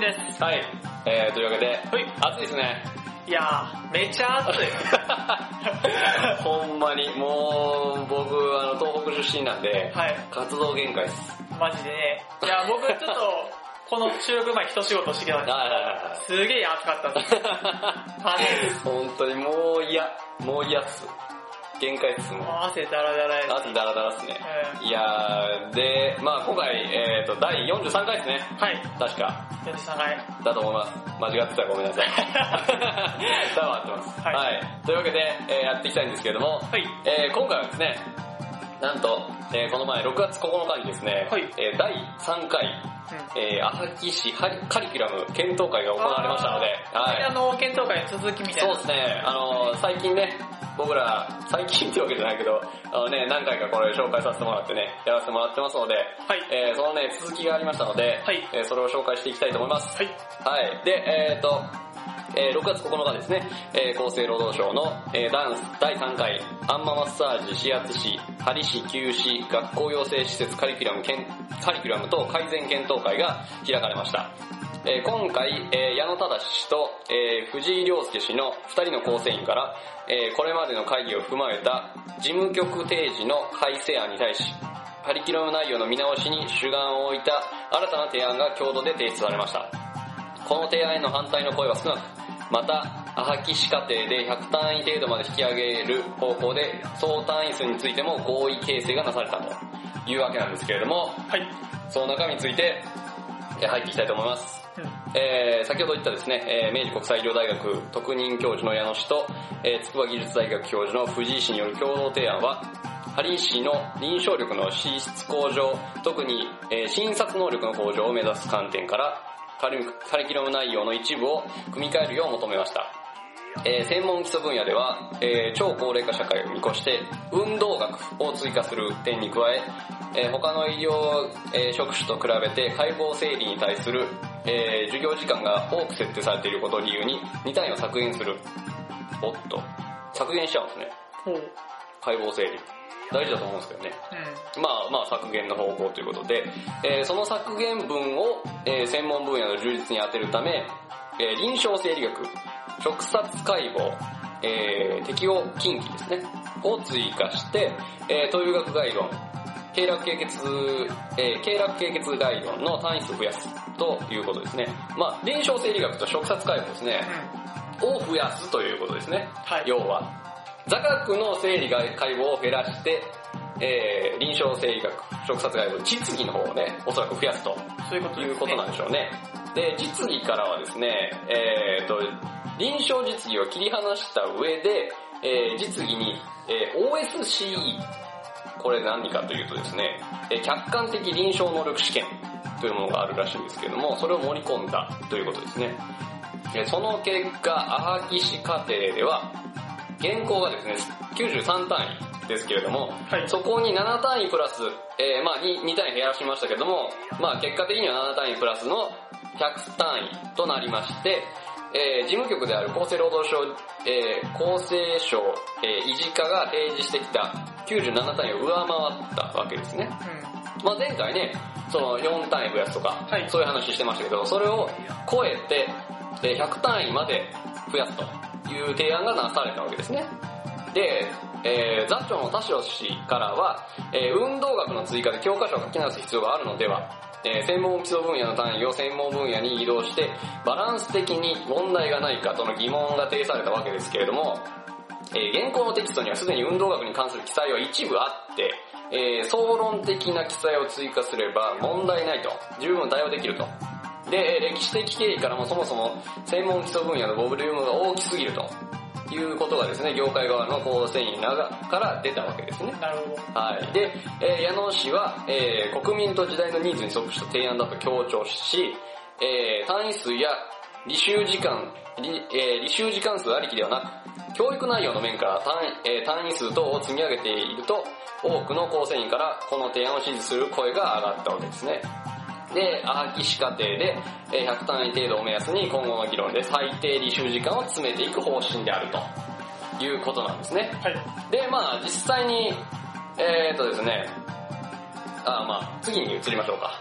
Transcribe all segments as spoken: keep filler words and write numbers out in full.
です。 はい。えー、というわけで、 はい、 暑いですね。 いやー、めっちゃ暑い。 ほんまに、もう、僕、あの、東北出身なんで、 はい、 活動限界です。 マジでね。いや、僕ちょっと、この収録前一仕事してきたんですけど、すげー暑かったです。マジです。 本当にもう嫌、もう嫌っす。限界っすもん。 汗ダラダラや汗ダラダラっすね。 うん、 いやー、で、まあ今回、えっと、だいよんじゅうさんかいですね。 はい。 確か。 よんじゅうさんかい。 だと思います。間違ってたらごめんなさい。多分合ってます。はい。はい。というわけで、えー、やっていきたいんですけれども、はい。えー、今回はですね、なんと、えー、この前ろくがつここのかにですね、はい、えー、だいさんかい、うん、えー、旭市カリキュラム検討会が行われましたので、 はい。あの、検討会の続きみたいな。 そうですね、あの、最近ね、僕ら、最近ってわけじゃないけど、あのね、何回かこれ紹介させてもらってね、やらせてもらってますので、はい。えー、そのね、続きがありましたので、はい。えー、それを紹介していきたいと思います。はい。はい。で、えーと、えー、ろくがつここのかですね、えー、厚生労働省の、えー、ダンスだいさんかいアンママッサージ指圧師針師灸師学校養成施設カリキュラムカリキュラムと改善検討会が開かれました。えー、今回、えー、矢野忠氏と、えー、藤井亮介氏のふたりの構成員から、えー、これまでの会議を踏まえた事務局提示の改正案に対し、カリキュラム内容の見直しに主眼を置いた新たな提案が共同で提出されました。この提案への反対の声は少なく、また、旭市課程でひゃくたんい程度まで引き上げる方向で、総単位数についても合意形成がなされたというわけなんですけれども、はい。その中身について、入っていきたいと思います。うん、えー、先ほど言ったですね、えー、明治国際医療大学特任教授の矢野氏と、えー、筑波技術大学教授の藤井氏による共同提案は、針医師の臨床力の資質向上、特に、えー、診察能力の向上を目指す観点から、カリキュラム内容の一部を組み替えるよう求めました。えー、専門基礎分野では、えー、超高齢化社会を見越して運動学を追加する点に加え、えー、他の医療、えー、職種と比べて解剖生理に対する、えー、授業時間が多く設定されていることを理由にに単位を削減する。おっと、削減しちゃうんですね。解剖生理。大事だと思うんですけどね。うん、まあまあ削減の方向ということで、えー、その削減分を、えー、専門分野の充実に当てるため、えー、臨床生理学、直殺解剖、えー、適応禁忌ですね、を追加して、えー、東洋学概論、経絡経血、えー、経絡経血概論の単位数を増やすということですね。まあ臨床生理学と直殺解剖ですね、うん、を増やすということですね。はい、要は。座学の生理解剖を減らして、えー、臨床生理学、直殺解剖、実技の方をね、おそらく増やすとそういうことですね、いうことなんでしょうね。で、実技からはですね、えーと、臨床実技を切り離した上で、えー、実技に、えー、オーエスシーイー、これ何かというとですね、えー、客観的臨床能力試験というものがあるらしいんですけれども、それを盛り込んだということですね。えー、その結果、旭市課程では、現行がですね、きゅうじゅうさんたんいですけれども、はい、そこにななたんいプラス、えー、まあ 2, に単位減らしましたけども、まあ結果的にはななたんいプラスのひゃくたんいとなりまして、えー、事務局である厚生労働省、えー、厚生省、えー、医事課が提示してきたきゅうじゅうななたんいを上回ったわけですね。うん、まあ前回ね、そのよんたんい増やすとか、はい、そういう話してましたけど、それを超えて、えー、ひゃくたんいまで増やすという提案がなされたわけですね。で、えー、座長の田代氏からは、えー、運動学の追加で教科書を書き直す必要があるのでは、えー、専門基礎分野の単位を専門分野に移動してバランス的に問題がないかとの疑問が呈されたわけですけれども、えー、現行のテキストにはすでに運動学に関する記載は一部あって、えー、総論的な記載を追加すれば問題ないと、十分対応できると。で、歴史的経緯からもそもそも専門基礎分野のボリュームが大きすぎるということがですね、業界側の構成員から出たわけですね。なるほど。はい。で、えー、矢野氏は、えー、国民と時代のニーズに即した提案だと強調し、えー、単位数や履修時間、履、えー、履修時間数ありきではなく、教育内容の面から単位、えー、単位数等を積み上げていると、多くの構成員からこの提案を支持する声が上がったわけですね。で、旭市課程でひゃくたんい程度を目安に今後の議論で最低履修時間を詰めていく方針であるということなんですね。はい。で、まあ実際に、えーっとですね、あまあ次に移りましょうか。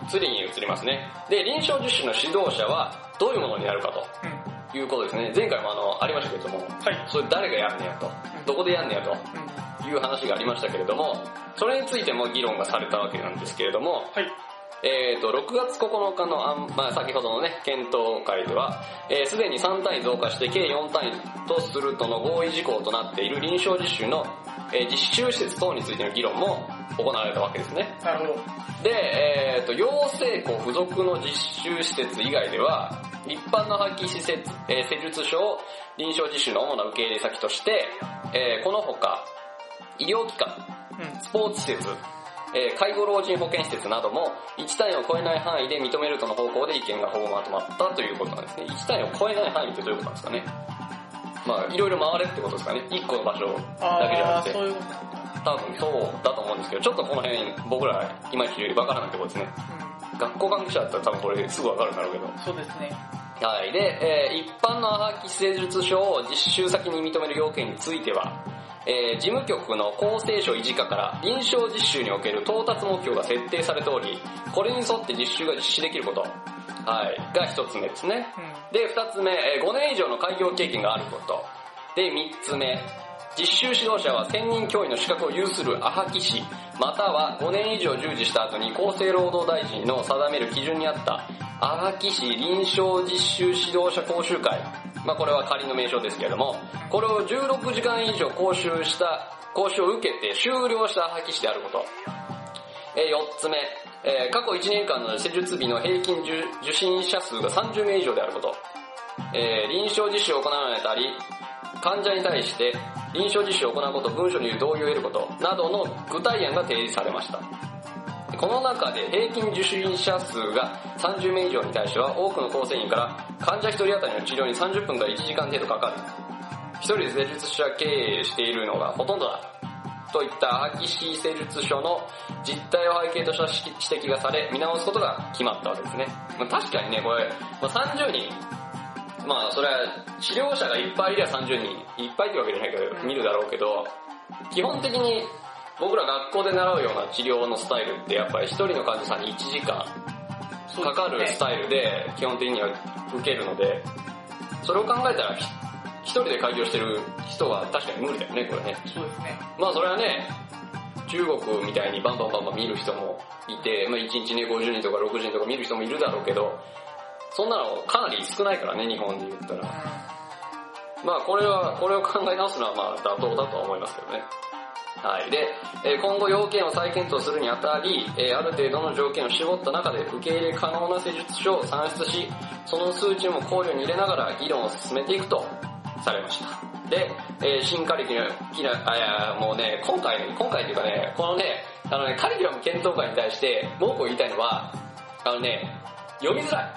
次に移りますね。で、臨床実習の指導者はどういうものになるかということですね。前回もあの、ありましたけれども、はい、それ誰がやんねやと、どこでやんねやという話がありましたけれども、それについても議論がされたわけなんですけれども、はい、えーと、ろくがつここのかの、あんまあ、先ほどのね、検討会では、えー、すでにさん単位増加して計よん単位とするとの合意事項となっている臨床実習の、えー、実習施設等についての議論も行われたわけですね。 なるほど。 で、えーと、養成校付属の実習施設以外では、一般の発揮施設、えー、施術所を臨床実習の主な受け入れ先として、えー、このほか、医療機関、スポーツ施設、えー、介護老人保健施設などもいち単位を超えない範囲で認めるとの方向で意見がほぼまとまったということなんですね。いち単位を超えない範囲ってどういうことなんですかね。まあいろいろ回れってことですかね。いっこの場所だけじゃなくて。そういうこと多分そうだと思うんですけど、ちょっとこの辺僕らいまいちわからないってことですね。うん、学校関係者だったら多分これすぐわかるんだろうけど。 そうですね。 はい。で、えー、一般の発揮施術所を実習先に認める要件については、えー、事務局の厚生省維持課から臨床実習における到達目標が設定されており、これに沿って実習が実施できること、はい、が一つ目ですね。うん、で、二つ目、えー、ごねん以上の開業経験があること。で、三つ目、実習指導者は専任教員の資格を有するアハキ士、またはごねん以上従事した後に厚生労働大臣の定める基準にあったアハキ士臨床実習指導者講習会、まあこれは仮の名称ですけれども、これをじゅうろくじかん以上講習した、講習を受けて終了したアハキ士であること。えー、よっつめ、えー、過去いちねんかんの施術日の平均受診者数がさんじゅうめい以上であること。えー、臨床実習を行うにあたり、患者に対して臨床実習を行うこと、文書による同意を得ることなどの具体案が提示されました。この中で平均受診者数がさんじゅうめい以上に対しては、多くの構成員から患者ひとり当たりの治療にさんじゅっぷんからいちじかん程度かかる。一人で施術者経営しているのがほとんどだ。といったアハキ士施術所の実態を背景とした指摘がされ、見直すことが決まったわけですね。まあ、確かにね、これ、まあ、さんじゅうにん、まあそれは治療者がいっぱいいればさんじゅうにん、いっぱいってわけじゃないけど、見るだろうけど、基本的に僕ら学校で習うような治療のスタイルってやっぱり一人の患者さんにいちじかんかかるスタイルで基本的には受けるので、それを考えたら一人で開業してる人は確かに無理だよね、これね。 そうですね。 まあそれはね、中国みたいにバンバンバンバン見る人もいて、まあいちにちねごじゅうにんとかろくじゅうにんとか見る人もいるだろうけど、そんなのかなり少ないからね、日本で言ったら。まあこれは、これを考え直すのはまあ妥当だとは思いますけどね。はい。で、今後要件を再検討するにあたり、ある程度の条件を絞った中で受け入れ可能な施術書を算出し、その数値も考慮に入れながら議論を進めていくとされました。で、新カリキュラム、あ、いや、もうね、今回、今回っていうかね、このね、あのね、カリキュラム検討会に対して文句を言いたいのは、あのね、読みづらい。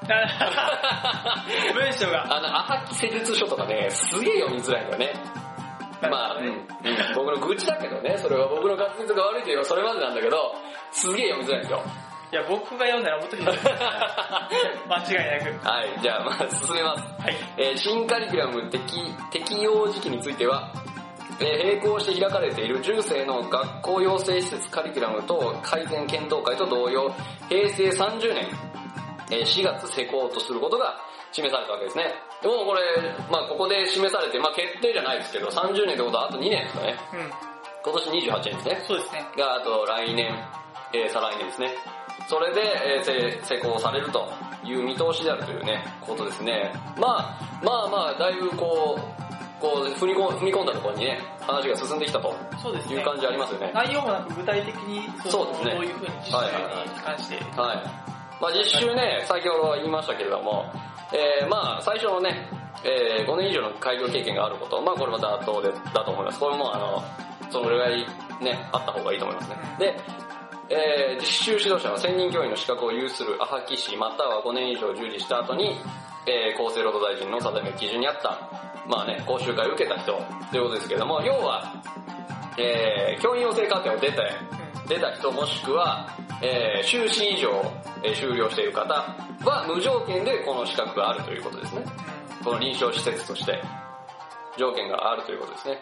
文章が。 あの、アハキ施術書とかね、すげえ読みづらいんだよね。まあ、うん、僕の愚痴だけどね、それは僕の滑舌が悪いというのはそれまでなんだけど、すげえ読みづらいんですよ。 いや、僕が読んだらもっとひどい。間違いなく。 はい、じゃあまあ進めます。はい。えー、新カリキュラム適、適用時期については、えー、並行して開かれている中世の学校養成施設カリキュラムと改善検討会と同様、へいせいさんじゅうねん、えー、しがつ施行とすることが示されたわけですね。でもこれ、まあここで示されて、まあ決定じゃないですけど、さんじゅうねんってことはあとにねんですかね。うん。今年にじゅうはちねんですね。 そうですね。 が、あと来年、えー、再来年ですね。それで、えー、施行されるという見通しであるというね、ことですね。まあ、まあまあ、だいぶこう、こう踏み込踏み込んだところにね、話が進んできたという感じありますよね。 内容もなく具体的にそうですね。 どういうふうに実習に関して。 はい。まあ実習ね、先ほど言いましたけれども、えー、まあ最初のね、えー、ごねん以上の開業経験があること、まあこれも妥当でだと思います。これもあの、そのぐらいね、あった方がいいと思いますね。で、えー、実習指導者は専任教員の資格を有するアハキ士またはごねん以上従事した後に、えー、厚生労働大臣の定める基準にあった、まあね、講習会を受けた人ということですけれども、要は、えー、教員養成課程を出て、出た人もしくは、えー、修士以上、えー、修了している方は無条件でこの資格があるということですね。この臨床施設として条件があるということですね。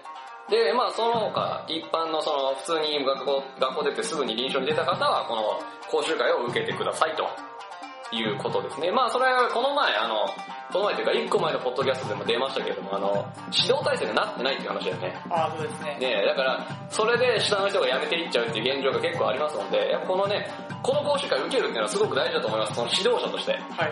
で、まあその他、一般のその普通に学校、学校出てすぐに臨床に出た方は、この講習会を受けてくださいということですね。まあそれはこの前、あの、この前というかいっこまえのポッドキャストでも出ましたけれども、あの、指導体制がなってないっていう話だよね。 ああ、そうですね。 ねだから、それで下の人が辞めていっちゃうっていう現状が結構ありますので、このね、この講習会を受けるっていうのはすごく大事だと思います。その指導者として。はい。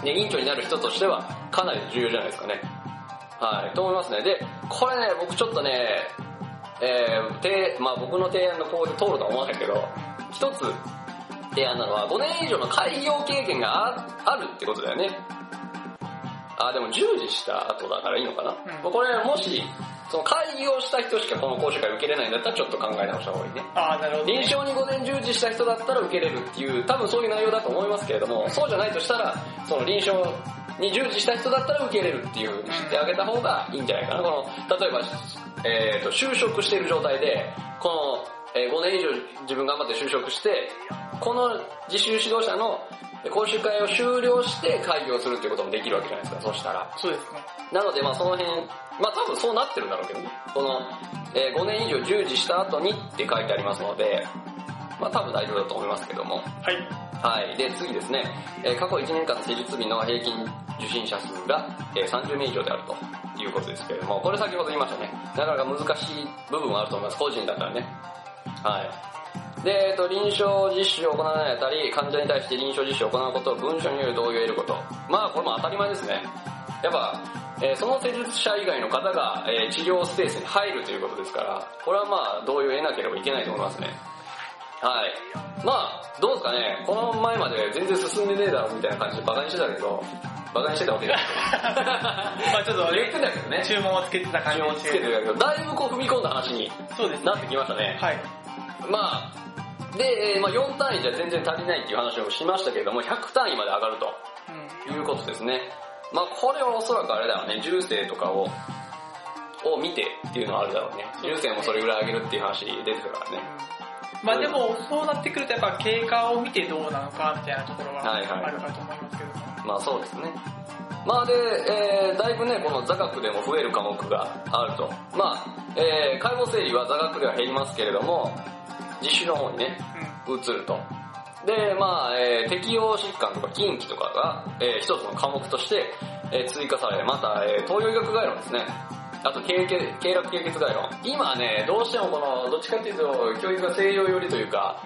ね、院長になる人としてはかなり重要じゃないですかね。はい、と思いますね。で、これね、僕ちょっとね、えー、てまあ僕の提案のこうで通るとは思わないけど、一つ提案なのはごねん以上の開業経験が あ, あるってことだよね。あ、でも従事した後だからいいのかな。うん、これもし、その開業した人しかこの講習会受けれないんだったらちょっと考え直した方がいいね。 あ、なるほど、ね。 臨床にごねん従事した人だったら受けれるっていう、多分そういう内容だと思いますけれども、そうじゃないとしたら、その臨床に従事した人だったら受けれるっていう風にしてあげた方がいいんじゃないかな。この例えば、えーと、就職している状態で、この、えー、ごねん以上自分頑張って就職して、この自主指導者の講習会を終了して開業するっていうこともできるわけじゃないですか、そうしたら。 そうですね。 なので、まあその辺、まあ多分そうなってるんだろうけどね。この、えー、ごねん以上従事した後にって書いてありますので、まあ多分大丈夫だと思いますけども。 はい。 はい。で、次ですね。えー、過去いちねんかんの施術日の平均受診者数が、えー、さんじゅうめい以上であるということですけれども、これ先ほど言いましたね。なかなか難しい部分はあると思います。個人だったらね。はい。で、えっと、臨床実習を行わないあたり、患者に対して臨床実習を行うことを文書による同意を得ること。まあ、これも当たり前ですね。やっぱ、えー、その施術者以外の方が、えー、治療スペースに入るということですから、これはまあ、同意を得なければいけないと思いますね。はい。まあ、どうですかね、この前まで全然進んでねえだろみたいな感じでバカにしてたけど、バカにしてたわけじゃないけど。 まあちょっと言ってたけどね。注文をつけてた感じ注文をつけてたけど、だいぶこう踏み込んだ話になってきましたね。 はい。 まあ、で、まあ、よん単位じゃ全然足りないっていう話をしましたけれども、ひゃく単位まで上がるということですね。まあこれはおそらくあれだろうね、重生とかをを見てっていうのはあるだろうね。重生もそれぐらい上げるっていう話出てるからね。 うん、まあでもそうなってくるとやっぱ経過を見てどうなのかみたいなところはあるかと思いますけども、はいはい、 まあそうですね。まあで、えー、だいぶね、この座学でも増える科目があると。まあ、えー、解剖生理は座学では減りますけれども、実習の方にね、うん、移ると。で、まあ、えー、適応疾患とか近畿とかが、えー、一つの科目として、えー、追加され、また、えー、東洋医学概論ですね。あと、経絡経血概論。今ね、どうしてもこの、どっちかっていうと、教育が西洋寄りというか、うん、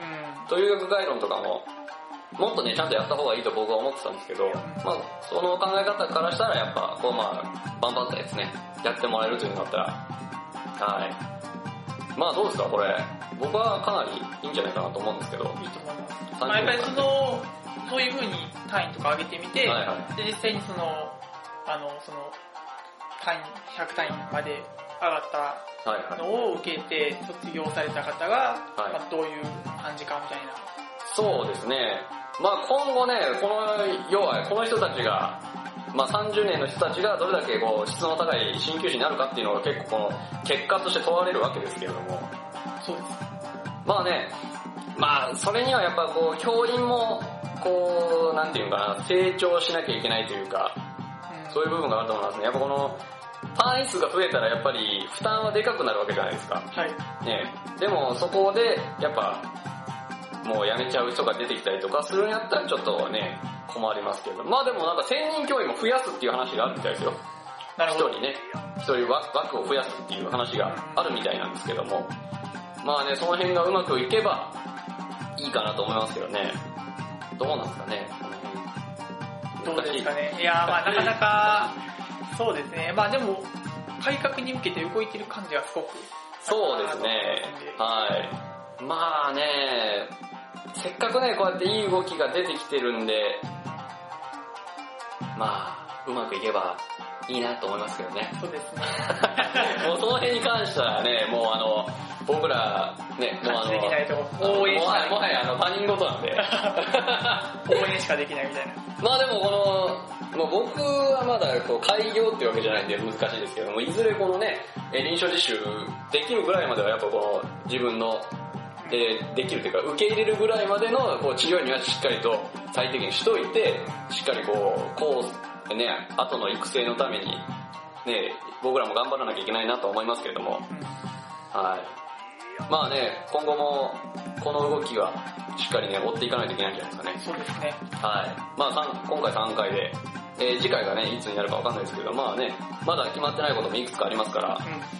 東洋医学概論とかも、もっとね、ちゃんとやった方がいいと僕は思ってたんですけど、まあ、その考え方からしたらやっぱ、こうまあ、万々歳ですね。やってもらえるというのだったら、はい。まあどうですか、これ。僕はかなりいいんじゃないかなと思うんですけど。いいと思います。 まあ、やっぱりその、そういう風に単位とか上げてみて、はいはい、で実際にその、あの、その、単位、ひゃく単位まで上がったのを受けて卒業された方が、はい、まあ、どういう感じかみたいな。 そうですね。まあ今後ね、この、要はこの人たちが、まあさんじゅうねんの人たちがどれだけこう質の高い鍼灸師になるかっていうのが結構この結果として問われるわけですけれども。 そうです。 まあね、まあそれにはやっぱこう教員もこうなんていうかな、成長しなきゃいけないというか、うん、そういう部分があると思いますね。やっぱこの単位数が増えたらやっぱり負担はでかくなるわけじゃないですか。 はい。 ね、でもそこでやっぱもう辞めちゃう人が出てきたりとかするんやったらちょっとね困りますけど、まあでもなんか専任教員も増やすっていう話があるみたいですよ。 なるほど。 一人ね、一人枠を増やすっていう話があるみたいなんですけども、まあね、その辺がうまくいけばいいかなと思いますけどね。どうなんですかね。 どうですかね。いやまあなかなかそうですね。まあでも改革に向けて動いてる感じはすごく。 そうですね。はい。まあね、せっかくねこうやっていい動きが出てきてるんで、まあうまくいけばいいなと思いますけどね。 そうですね。 もうその辺に関してはね、もうあの僕らね、もうあのできないと応援しかもはやあの他人事なんで応援しかできないみたいな。 まあでもこの、もう僕はまだこう開業っていうわけじゃないんで難しいですけども、いずれこのね臨床実習できるぐらいまではやっぱこの自分のえー、できるというか受け入れるぐらいまでのこう治療にはしっかりと最適にしといて、しっかりこうこうね後の育成のためにね僕らも頑張らなきゃいけないなと思いますけれども、 はい。まあね、今後もこの動きはしっかりね追っていかないといけないんじゃないですかね。 そうですね。 はい。まあ今回さんかいで、えー、次回がねいつになるかわかんないですけど、まあねまだ決まってないこともいくつかありますから、うん、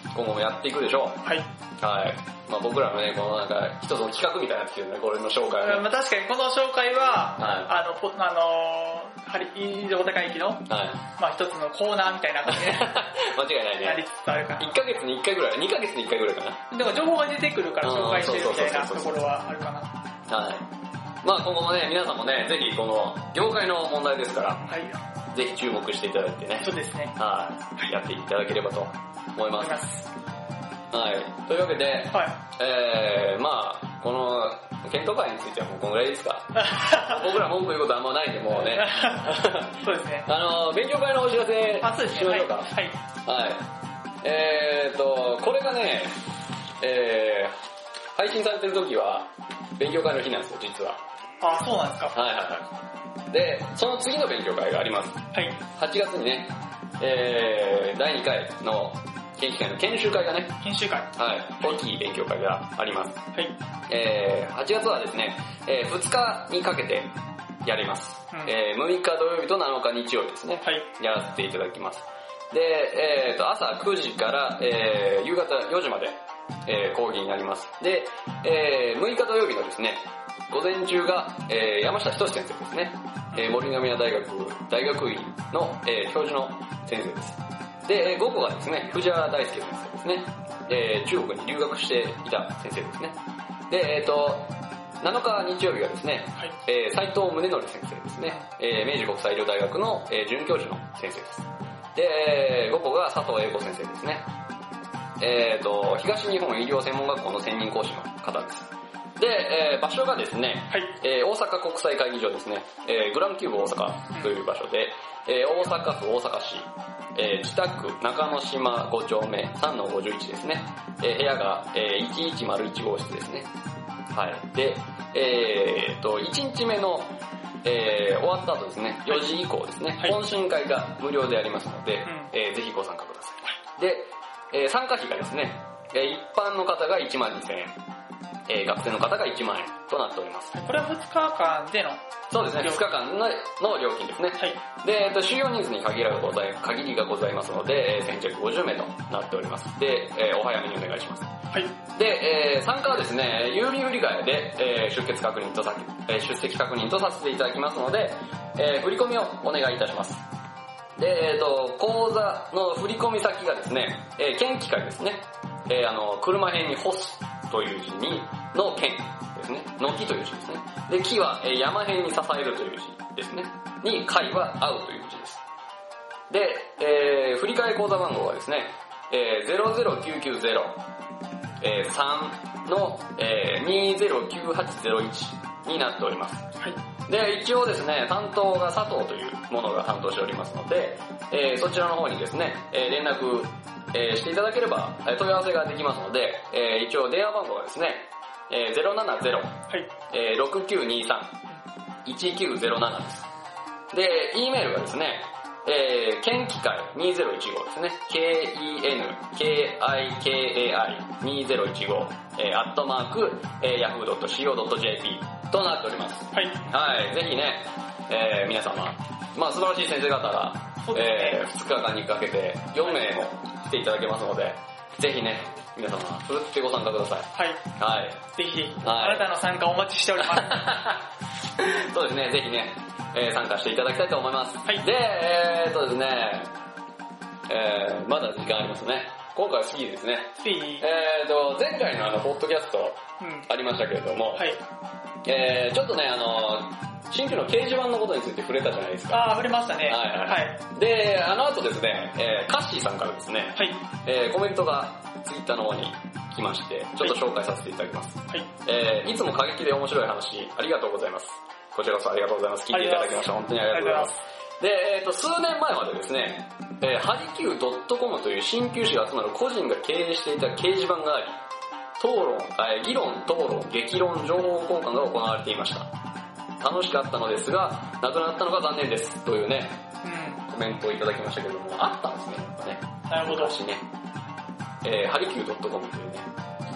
今後もやっていくでしょう。 はい。 はい。まあ僕らのねこのなんか一つの企画みたいになってきてるね、これの紹介はね。 まあ確かにこの紹介は、はい、あのポあのーハリ異常高駅の、はい、まあ一つのコーナーみたいな感じで間違いないね。 なりつつあるから。 いっかげつにいっかいぐらい、にかげつにいっかいぐらいかな。 でも情報が出てくるから紹介してるみたいなところはあるかな。 はい。まあ今後もね皆さんもねぜひこの業界の問題ですから、はい、ぜひ注目していただいてね。 そうですね。 はい。やっていただければと思います。思います。はい。というわけで、はい、えー、まあこの検討会についてはもうこのぐらいですか。僕ら文句言うことはあんまないんでもうね。 そうですね。 あの勉強会のお知らせしましょうか。はい。はい。えーとこれがね、えー、配信されてる時は勉強会の日なんですよ実は。 あ、そうなんですか。 はいはいはい。でその次の勉強会があります。はい。はちがつにね、えー、だいにかいの研究会の研修会がね、 研修会はい、大きい勉強会があります。はい。えー、はちがつはですね、えー、ふつかにかけてやります。うん、えー、むいか土曜日となのか日曜日ですね。はい。やらせていただきます。で、えーと、朝くじから、えー、夕方よじまで、えー、講義になります。で、えー、むいか土曜日のですね、午前中が、えー、山下仁先生ですね。えー、森の宮大学大学院の、えー、教授の先生です。で、午後がですね、藤原大輔先生ですね。えー、中国に留学していた先生ですね。で、えっ、ー、と、なのか日曜日はですね、はい、えー、斉藤宗則先生ですね。えー、明治国際医療大学の、えー、准教授の先生です。で、午後が佐藤英子先生ですね。えっ、ー、と、東日本医療専門学校の専任講師の方です。で、えー、場所がですね、はい、えー、大阪国際会議場ですね、えー、グランキューブ大阪という場所で、えー、大阪府大阪市、えー、北区中之島ご丁目 さんのごじゅういち ですね、えー、部屋が、えー、いちいちまるいち号室ですね。はい。で、えー、と、いちにちめの、えー、終わった後ですね、よじ以降ですね、はい、懇親会が無料でありますので、うん、えー、ぜひご参加ください。で、えー、参加費がですね、えー、一般の方がいちまんにせんえん、えー、学生の方がいちまんえんとなっております。 これはふつかかんでのそうですね、ふつかかん の, の料金ですね。はい。で、えっと、収容人数に限りがござい限りがございますので、えー、せんひゃくごじゅうめいとなっております。で、えー、お早めにお願いします。はい。で、えー、参加はですね、郵便振り替えで、えー、出欠確認とさ、えー、出席確認とさせていただきますので、えー、振り込みをお願いいたします。で、えっと、口座の振り込み先がですね、えー、県機会ですね。えー、あの、車辺に干すという字に、の県ですね。の木という字ですね。で、木は、えー、山辺に支えるという字ですね。に、会は合うという字です。で、えー、振替口座番号はですね、えー、ゼロゼロきゅうきゅうゼロ、えー、さんの、えー、にゼロきゅうはちゼロいちになっております。はい。で、一応ですね、担当が佐藤というものが担当しておりますので、えー、そちらの方にですね、えー、連絡、えー、していただければ問い合わせができますので、えー、一応電話番号がですね、えー、ゼロななゼロ、はい、えー、ろくきゅうにさん、いちきゅうゼロななです。で、E メールがですね、えー、県機会にせんじゅうごですね、ケーイーエヌケーアイケーエーアイにせんじゅうご、えー、アットマーク、えー、ヤフードットシーオードットジェーピー となっております。はい。はい、ぜひね、えー、皆様、まあ素晴らしい先生方が、ねえー、ふつかかんにかけてよんめいも来ていただけますので、ぜひね、皆様、ふるってご参加ください。はい。はい。 ぜひ、はい、あなたの参加お待ちしております。 そうですね、ぜひね、えー、参加していただきたいと思います。はい。で、えーっとですね、えー、まだ時間ありますね。今回はスピーですね。 スピーえーっと、前回のあの、ポッドキャスト、ありましたけれども、うん、はい。えー、ちょっとね、あの、新規の掲示板のことについて触れたじゃないですか。 ああ、触れましたね。 はいはい。はい、で、あの後ですね、えー、カッシーさんからですね、はい。えー、コメントがツイッターの方に来まして、ちょっと紹介させていただきます。はい。えー、いつも過激で面白い話、ありがとうございます。こちらこそありがとうございます。聞いていただきました。本当にありがとうございます。で、えっ、ー、と、数年前までですね、えー、ハリキュー .com という鍼灸師が集まる個人が経営していた掲示板があり、討論、えー、議論、討論、激論、情報交換が行われていました。楽しかったのですが、なくなったのが残念です。というね、うん、コメントをいただきましたけども、あったんですね、やっぱね。 なるほど。 昔ね、えー、ハリキュー .com というね、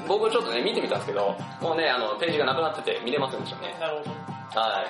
僕ちょっとね、見てみたんですけど、もうね、あの、ページがなくなってて見れませんでしたね。 なるほど。 はい。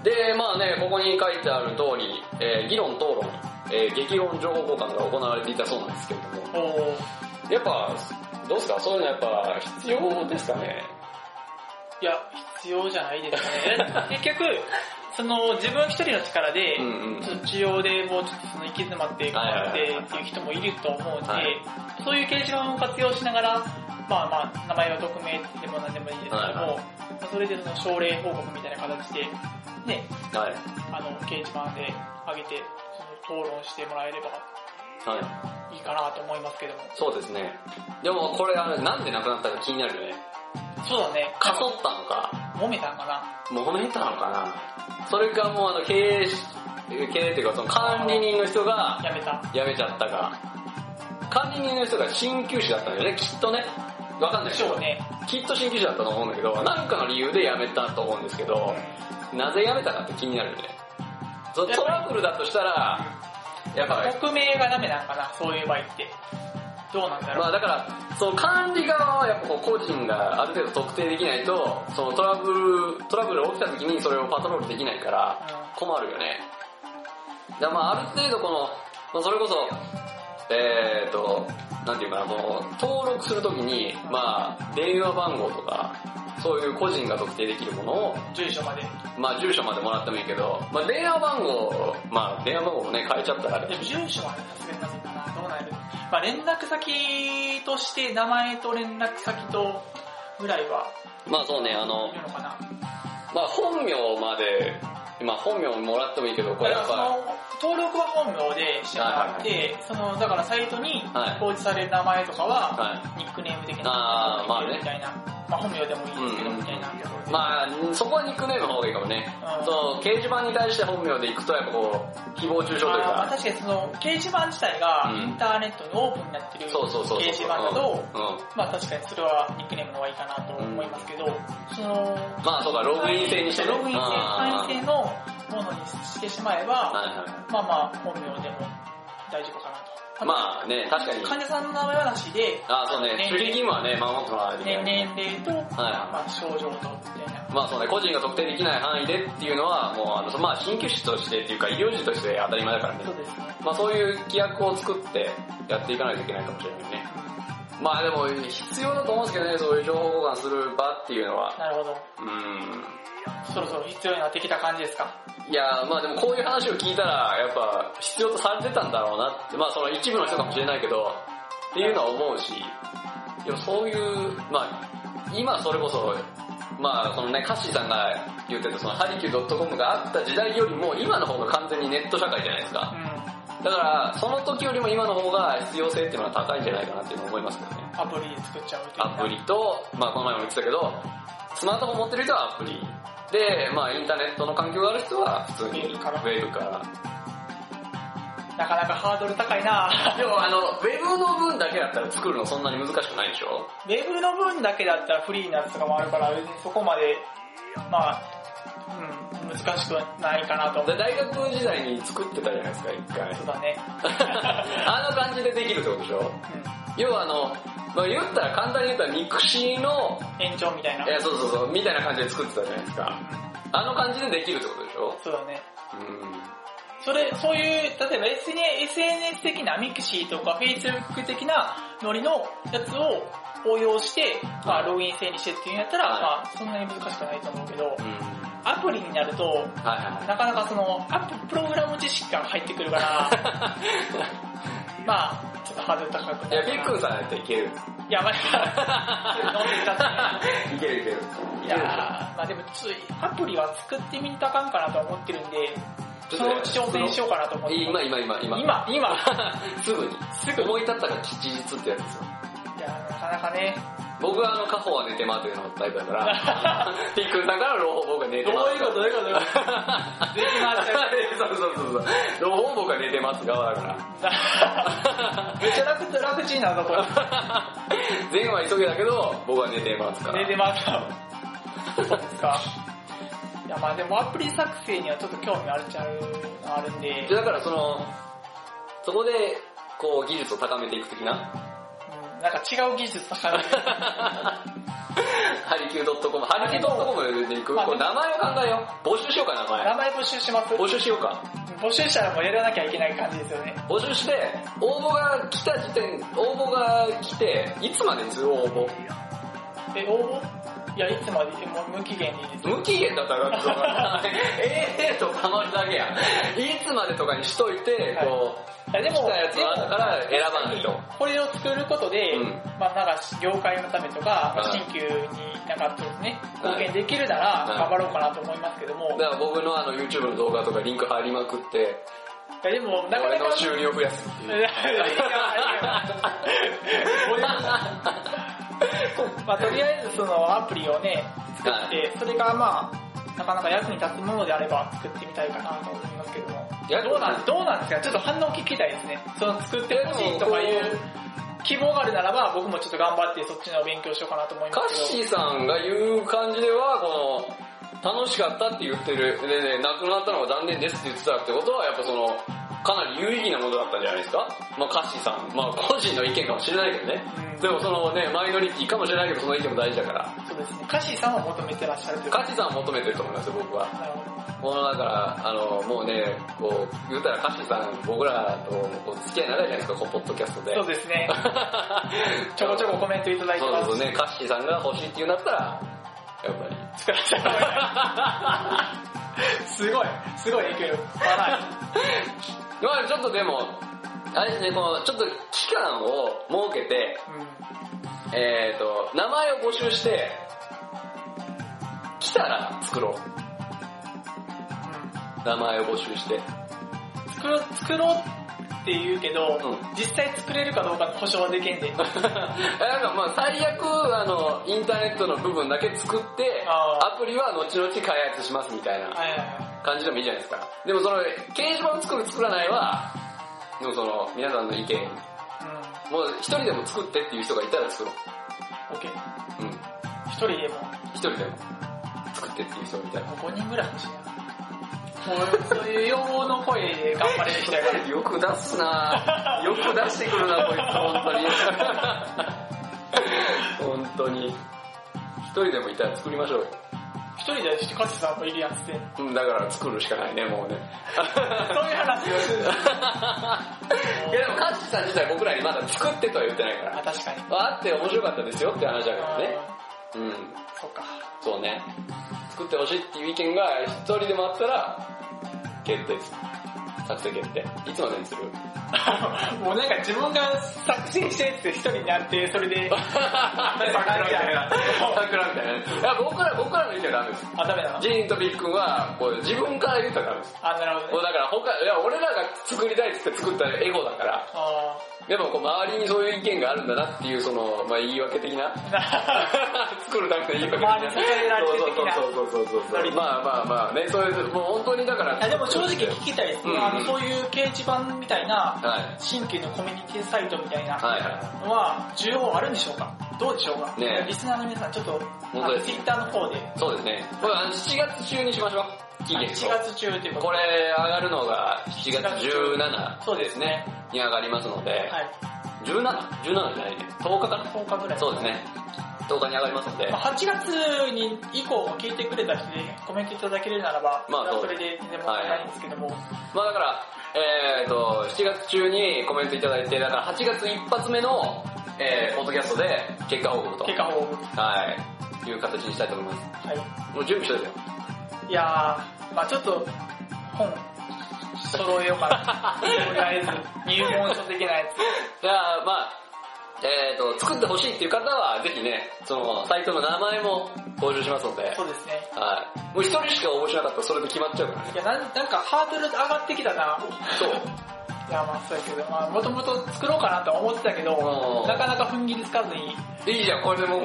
で、まあね、ここに書いてある通り、えー、議論、討論、えー、激論情報交換が行われていたそうなんですけれども、やっぱ、どうですか、そういうのやっぱ必要ですかね。 いや、必要じゃないですね。結局、その自分一人の力で、うんうん、そっち用でもうちょっとその行き詰まって頑張ってっていう人もいると思うので、はい、そういう掲示板を活用しながら、まあまあ、名前は匿名でも何でもいいですけども、はいはい、それでその症例報告みたいな形で、ね、はい、あの、掲示板で上げて、その討論してもらえれば、はい、いいかなと思いますけども。 そうですね。でもこれ、なんで亡くなったか気になるよね。 そうだね。 かそったのか。 揉めたのかな。 揉めたのかな。それかもうあの経営、経営っていうかその管理人の人が辞めた。 辞めちゃったか。管理人の人が鍼灸師だったんだよね、きっとね。わかんないけど、ね、きっと鍼灸師だったと思うんだけど、なんかの理由で辞めたと思うんですけど、うん、なぜ辞めたかって気になるよね。トラブルだとしたら、 やっぱ匿名がダメなんかな、そういう場合って。どうなんだろう。 まあだから、その管理側はやっぱこう個人がある程度特定できないと、そのトラブル、トラブルが起きた時にそれをパトロールできないから困るよね。だからまあある程度この、まあ、それこそ、えーと、なんていうかな、この登録するときに、まあ電話番号とか、そういう個人が特定できるものを、 住所まで。 まあ住所までもらってもいいけど、まあ電話番号、まあ電話番号もね変えちゃったらあれ。 でも住所はね、さすがにまずいかな。どうなる？まあ連絡先として名前と連絡先とぐらいは。 まあそうね、あの、いるのかな。まあ本名まで、まあ本名もらってもいいけど、これやっぱ。 登録は本名でしてもらって、はいはいはい、そのだからサイトに表示される名前とかは、ニックネーム的なものみたいな、まあ本名でもいいですけど、うん、みたいな。 まあそこはニックネームの方がいいかもね。うん、そう掲示板に対して本名で行くとやっぱこう誹謗中傷というか。 まあ確かにその掲示板自体がインターネットにオープンになってる掲示板だと、まあ確かにそれはニックネームの方がいいかなと思いますけど、うん、そのまあそうかログイン制にしてね。 ログイン制会員制のものにしてしまえば、はいはい、まあまあ本名でも大丈夫かなと。 まあね、確かに。 患者さんの名前はなしで、 ああそうね、守秘義務はね、守ってもらわないといけない。 年齢と、はい、まあ症状と、みたいな。 まあそうね、個人が特定できない範囲でっていうのは、もうあの、まあ鍼灸師としてっていうか医療児として当たり前だからね。 そうですね。 まあそういう規約を作ってやっていかないといけないかもしれないね。うん、まあでも必要だと思うんですけどね、そういう情報交換する場っていうのは。 なるほど。 うん。 そろそろ必要になってきた感じですか？ いやまあでもこういう話を聞いたらやっぱ必要とされてたんだろうなって、まあその一部の人かもしれないけどっていうのは思うし、でもそういうまあ今それこそまあそのねカッシーさんが言ってたそのハリキュー .com があった時代よりも今の方が完全にネット社会じゃないですか。うん、だからその時よりも今の方が必要性っていうのは高いんじゃないかなっていうのは思いますけどね。 アプリ作っちゃう。 アプリとまあこの前も言ってたけどスマートフォン持ってる人はアプリ。で、まあインターネットの環境がある人は普通にウェブから。 なかなかハードル高いなでもあの、ウェブの分だけだったら作るのそんなに難しくないでしょ？ ウェブの分だけだったらフリーなやつとかもあるから、別にそこまで、まあ、うん、難しくないかなと思う。 大学時代に作ってたじゃないですか、一回。 そうだね。 あの感じでできるってことでしょ？うん、要はあの、まあ、言ったら簡単に言ったらミクシーの延長みたいな。 いやそうそうそうみたいな感じで作ってたじゃないですか。あの感じでできるってことでしょ？ そうだね。うん。それそういう例えば エスエヌエス 的なミクシーとか Facebook 的なノリのやつを応用して、まあログイン制にしてっていうんやったら、はい、まあそんなに難しくないと思うけど、うん、アプリになると、はいはい、なかなかそのアッププログラム知識が入ってくるから。まあちょっとハードル高くて。いや、ビックンさんやったらいける。 いや、まあ、飲んでたしね。いけるいける。 いやまあでもつい、アプリは作ってみんとあかんかなと思ってるんで、そのうち挑戦しようかなと思って。 今、今、今、今。 今、今。 すぐに。すぐ思い立ったが吉日ってやつですよ。 いや、なかなかね。 僕はあの、カホは寝てますというのがタイプだから、ピックンさんから朗報僕が寝てます。 どういうことどういうこと寝てますそうそうそうそう。朗報僕が寝てます側だから。 めっちゃ楽、楽ちんなところ。 前後は急げだけど、僕は寝てますから。 寝てますから。そうですか。いやまあでもアプリ作成にはちょっと興味あるっちゃあるんで。 だからその、そこで、こう技術を高めていく的ななんか違う技術とか .com、はじき .com で行く、これ名前を考えよう。募集しようか、名前。 名前募集します？ 募集しようか。 募集したらもうやらなきゃいけない感じですよね。 募集して、応募が来た時点、応募が来て、いつまでにする応募？ え、応募？いや、いつまで、もう無期限でいいですよ。 無期限だったら、ええとたまるだけやん。いつまでとかにしといて、はい、こう、いやでも、来たやつがあったから選ばないと。 これを作ることで、うん、まあなんか業界のためとか、うん、新旧になんかそうですね、貢献できるなら頑張ろうかなと思いますけども。 だから僕のあの YouTube の動画とかリンク貼りまくって、 いやでもなかなか俺の収入を増やすっていう。 まあとりあえずそのアプリをね、作って、はい、それがまあ、なかなか役に立つものであれば作ってみたいかなと思いますけども。どうなんどうなんですか？ちょっと反応聞きたいですね。その作ってほしいとかいう希望があるならば、僕もちょっと頑張ってそっちの勉強しようかなと思いますけど。 カッシーさんが言う感じでは、この、楽しかったって言ってる、でね、亡くなったのが残念ですって言ってたってことは、やっぱその、かなり有意義なものだったんじゃないですか？まあカッシーさん、まあ個人の意見かもしれないけどね。うん、でもそのね、マイノリティかもしれないけど、その意見も大事だから。 そうですね。カッシーさんは求めてらっしゃるというカッシーさんは求めてると思いますよ、僕は。なるほど。もうだから、あの、もうね、こう、言うたらカッシーさん、僕らとこう付き合い長いじゃないですか、こう、ポッドキャストで。 そうですね。ちょこちょこコメントいただいてます。 そうそうね、カッシーさんが欲しいって言うんだったら、やっぱり。 作らせてもらいます。すごい、すごい影響力。はい。 まあちょっとでも、あれですね、この、ちょっと期間を設けて、うん、えっと、名前を募集して、来たら作ろう。名前を募集して作ろう作ろうって言うけど、うん、実際作れるかどうかの保証はできんでなんかまあ最悪あのインターネットの部分だけ作ってアプリは後々開発しますみたいな感じでもいいじゃないですか。でもその掲示板を作る作らないはでもその皆さんの意見、うん、もう一人でも作ってっていう人がいたら作ろう。 OK。 うん、 一人でも一人でも作ってっていう人がいたらごにんぐらい欲しいな。もうそういう要望の声で頑張れる人やから。 よく出すなよく出してくるなこいつ本当に本当に一人でもいたら作りましょうよ。 一人でカッシーさんもいるやつって。 うん、だから作るしかないねもうねそういう話をするいやでもカッシーさん自体僕らにまだ作ってとは言ってないから。 あ、確かにあって面白かったですよって話だからね。うん、 そっか。 そうね、作ってほしいっていう意見が一人でもあったら決定です。作成決定。いつまでにするもうなんか自分が作成してって一人になってそれで桜みたいな桜みたいな。いや僕ら僕らの意見はダメです。 あ、ダメなの？ ジーンとビック君はこう自分から言ったらダメです。 あ、なるほど、ね。 もうだから他いや俺らが作りたいって作ったエゴだから。あでもこう周りにそういう意見があるんだなっていうそのまあ言い訳的な作るための言い訳的な。 周りに支えられてる的な。 そうそうそうそうそう。まあまあまあね、そういうもう本当にだから。 いやでも正直聞きたいです。うん、あのそういう掲示板みたいな、はい、新旧のコミュニティサイトみたいなのは需要あるんでしょうか？どうでしょうか？ね、リスナーの皆さんちょっとツイッターの方で。 そうですね。これあのしちがつ中にしましょう。期限しちがつ中っていうこと。 これ上がるのがしちがつじゅうしちそうですねに上がりますので、はい、じゅうなな? じゅうななじゃないね。とおかかな？ とおかぐらい。 そうですね。とおかに上がりますので。 はちがつに以降も聞いてくれた人でコメントいただけるならば、まあそれで全然問題ないんですけども。はい、 まあだから、えーと、しちがつ中にコメントいただいて、だからはちがつ一発目の、えー、ポッドキャストで結果報告と。 結果報告。 はい。いう形にしたいと思います。はい。もう準備しといてよ。 いやー、まあちょっと、本、揃えようかな。とりあえず、入門書的なやつ。 じゃあ、まあえーと、作ってほしいっていう方は、ぜひね、その、サイトの名前も募集しますので。 そうですね。 はい。もう一人しか応募しなかったらそれで決まっちゃうからね。 いや、なん、なんかハードル上がってきたな。 そう。 いや、まあそうやけど、まあもともと作ろうかなとは思ってたけど、なかなか踏ん切りつかずに。 いいじゃん、これでもう。もう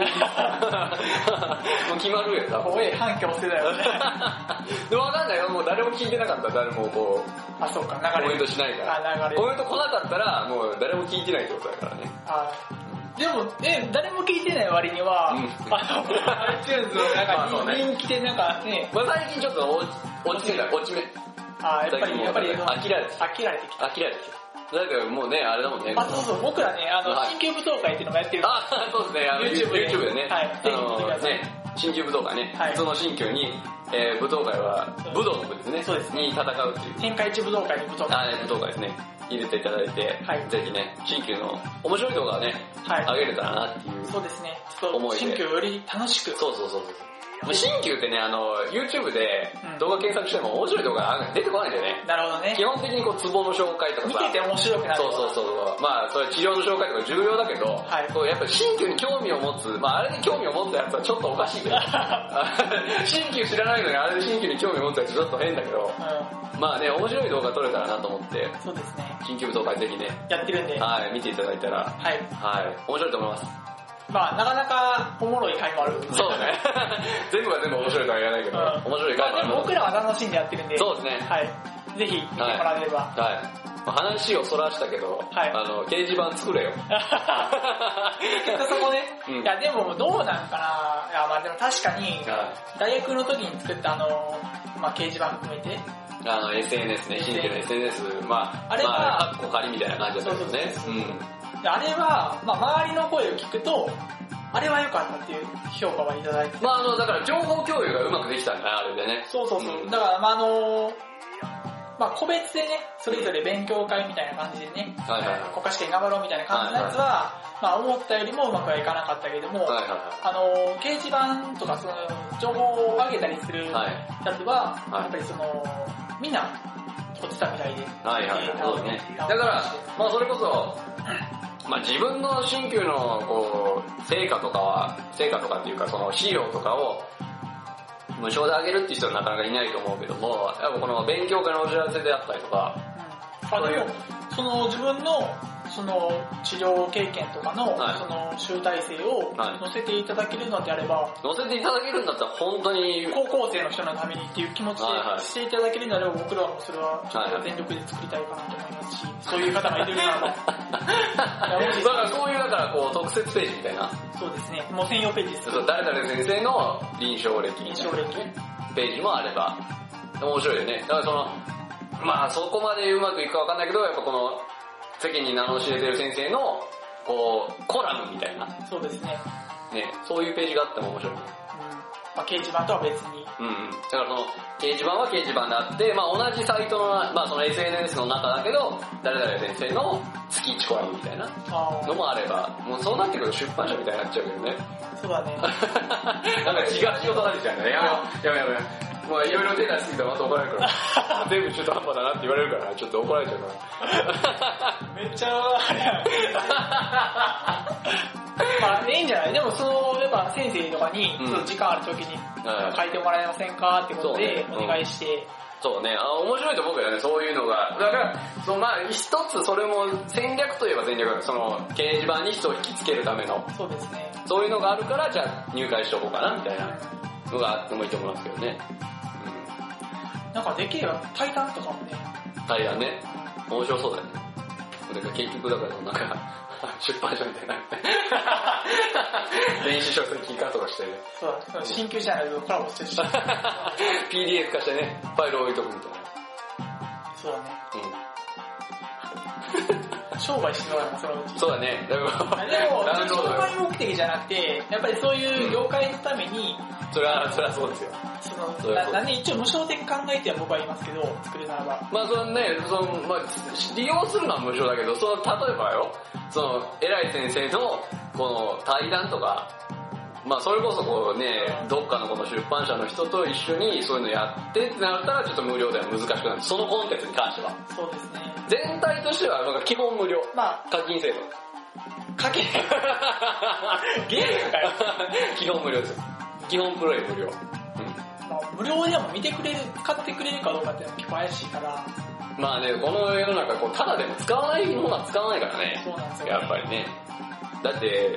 決まるよ、多分。 おい、反響してたよね。 でもわかんないよ、もう誰も聞いてなかったら誰もこう。 あ、そうか、流れ。 コメントしないから。 あ、流れ。 コメント来なかったら、もう誰も聞いてないってことだからね。 あでも、え、誰も聞いてない割には、うん、あの、iTunes のなんか人気でなんかね。 まあ最近ちょっと落ち目だ、落ち目。 あやっぱり、やっぱり、 飽きられてきた。 飽きられてきた。 飽きられてきた。だけどもうね、あれだもんね。 あ、そうそう、僕らね、あの、新旧舞踏会っていうのもやってる。 あ、そうですね、あの YouTube でね。 はい、ぜひ見てください。ね、 新旧武道会ね、はい、普通の新旧に、えー、武道会は武道の部ですね。そうですね。に戦うっていう。 天下一武道会に武道会。 あ、ね、武道会ですね。入れていただいて、はい、ぜひね、新旧の面白い動画をね、はい、上げれたらなっていう。 そうですね。ちょっと新旧より楽しく。 そうそうそうそう。新旧ってね、あの、YouTube で動画検索しても面白い動画出てこないんだよね。 なるほどね。 基本的にこう、ツボの紹介とかさ。 見てて面白くなる。 そうそうそう。まあ、それ治療の紹介とか重要だけど、はい、こうやっぱ新旧に興味を持つ、まああれに興味を持ったやつはちょっとおかしいけど、新旧知らないのにあれで新旧に興味を持つやつちょっと変だけど、うん、まあね、面白い動画撮れたらなと思って、 そうですね。 新旧武道会ぜひね、 やってるんで、 はい、見ていただいたら、はい。はい、面白いと思います。 まあ、なかなかおもろい回もある。 そうだね。全部が全部面白いとは言わないけど、うん、面白い回もある。 まあ、僕らは楽しんでやってるんで。 そうですね。 はい。ぜひ見てもらえれば。はい。はい、 話をそらしたけど、はい、あの、掲示板作れよ。 そこね、うん、いやでもどうなんかな。いやまあでも確かに、大学の時に作ったあの、まあ掲示板含めて、 あの エスエヌエス ね、新規の エスエヌエス、まあ、あれは、まあ、カッコ仮みたいな感じだったけどね。そうそうそうそう、うん、 あれは、まあ周りの声を聞くと、あれは良かったっていう評価はいただいて。 まああの、だから情報共有がうまくできたんだね、あれでね。 そうそうそう。うん、だからまああの、まあ個別でね、それぞれ勉強会みたいな感じでね、はいはいはい、国家試験頑張ろうみたいな感じのやつは、はいはい、まあ思ったよりもうまくはいかなかったけども、はいはいはい、あの、掲示板とかその情報を上げたりするやつは、はい、やっぱりその、みんな撮ってたみたいで。 はいはいはい、そうね。だから、まあそれこそ、まあ自分の新旧のこう、成果とかは、成果とかっていうかその資料とかを、無償であげるっていう人はなかなかいないと思うけども、やっぱこの勉強会のお知らせであったりとか、 うん、あでもその自分のその治療経験とかの、はい、その集大成を載せていただけるのであれば、 載せていただけるんだったら本当に高校生の人のためにっていう気持ちでしていただけるなら僕らはそれはちょっと全力で作りたいかなと思いますし、そういう方がいるならばだからそういうだからこう特設ページみたいな、 そうですね、もう専用ページです。 そう、誰々先生の臨床歴臨床歴ページもあれば面白いよね。だからそのまあそこまでうまくいくかわかんないけど、やっぱこの世間に名の知れてる先生のこうコラムみたいな、 そうですね、 ね、そういうページがあっても面白いね。 まあ、掲示板とは別に、 うんうん、だからその掲示板は掲示板であって、まあ、同じサイトの、まあ、その エスエヌエス の中だけど誰々先生の月いちコラムみたいなのもあれば、もうそうなってくると出版社みたいになっちゃうけどね。 そうだね。 なんか違う仕事になっちゃうんだね。やめようやめようやめよう。まあいろいろ手出しすぎたらまた怒られるから全部中途半端だなって言われるからちょっと怒られちゃうからめっちゃあれやまあいいんじゃない。でもそのやっぱ先生とかに、うん、その時間ある時に書いてもらえませんかってことでお願いして、 そうね、あ面白いと思うけどね、そういうのが。だから、そのまあ一つそれも戦略といえば戦略だ。その掲示板に人を引きつけるための。 そうですね。 そういうのがあるから、じゃあ入会しとこうかなみたいなのがあってもいいと思いますけどね。 うん、なんかできれば対談とかもね。 対談ね。面白そうだよね。だから結局だからなんか出版社みたいな電子書籍化とかしてね。 そうだ、新旧じゃないとコラボしてるしピーディーエフ 化してね、ファイル置いとくみたいな。 そうだね。うん。商売してもらうな、そのうち。 そうだね。でも、でも商売目的じゃなくて、やっぱりそういう業界のために、 うん、それは、それはそうですよ。 その、そな、なんで一応無償で考えては僕は言いますけど、作るならば。 まあそのね、その、まあ、利用するのは無償だけど、その、例えばよ、その、偉い先生の、この、対談とか、まあそれこそこうね、どっかのこの出版社の人と一緒にそういうのやってってなったらちょっと無料では難しくなる。そのコンテンツに関しては。 そうですね。 全体としてはなんか基本無料。まあ、課金制度。 課金ゲームかよ。 基本無料ですよ。基本プロイ無料。うん。 まあ無料でも見てくれる、使ってくれるかどうかって結構怪しいから。 まあね、この世の中こう、ただでも使わないものは使わないからね。 そうなんですよ、ね。 やっぱりね。だって、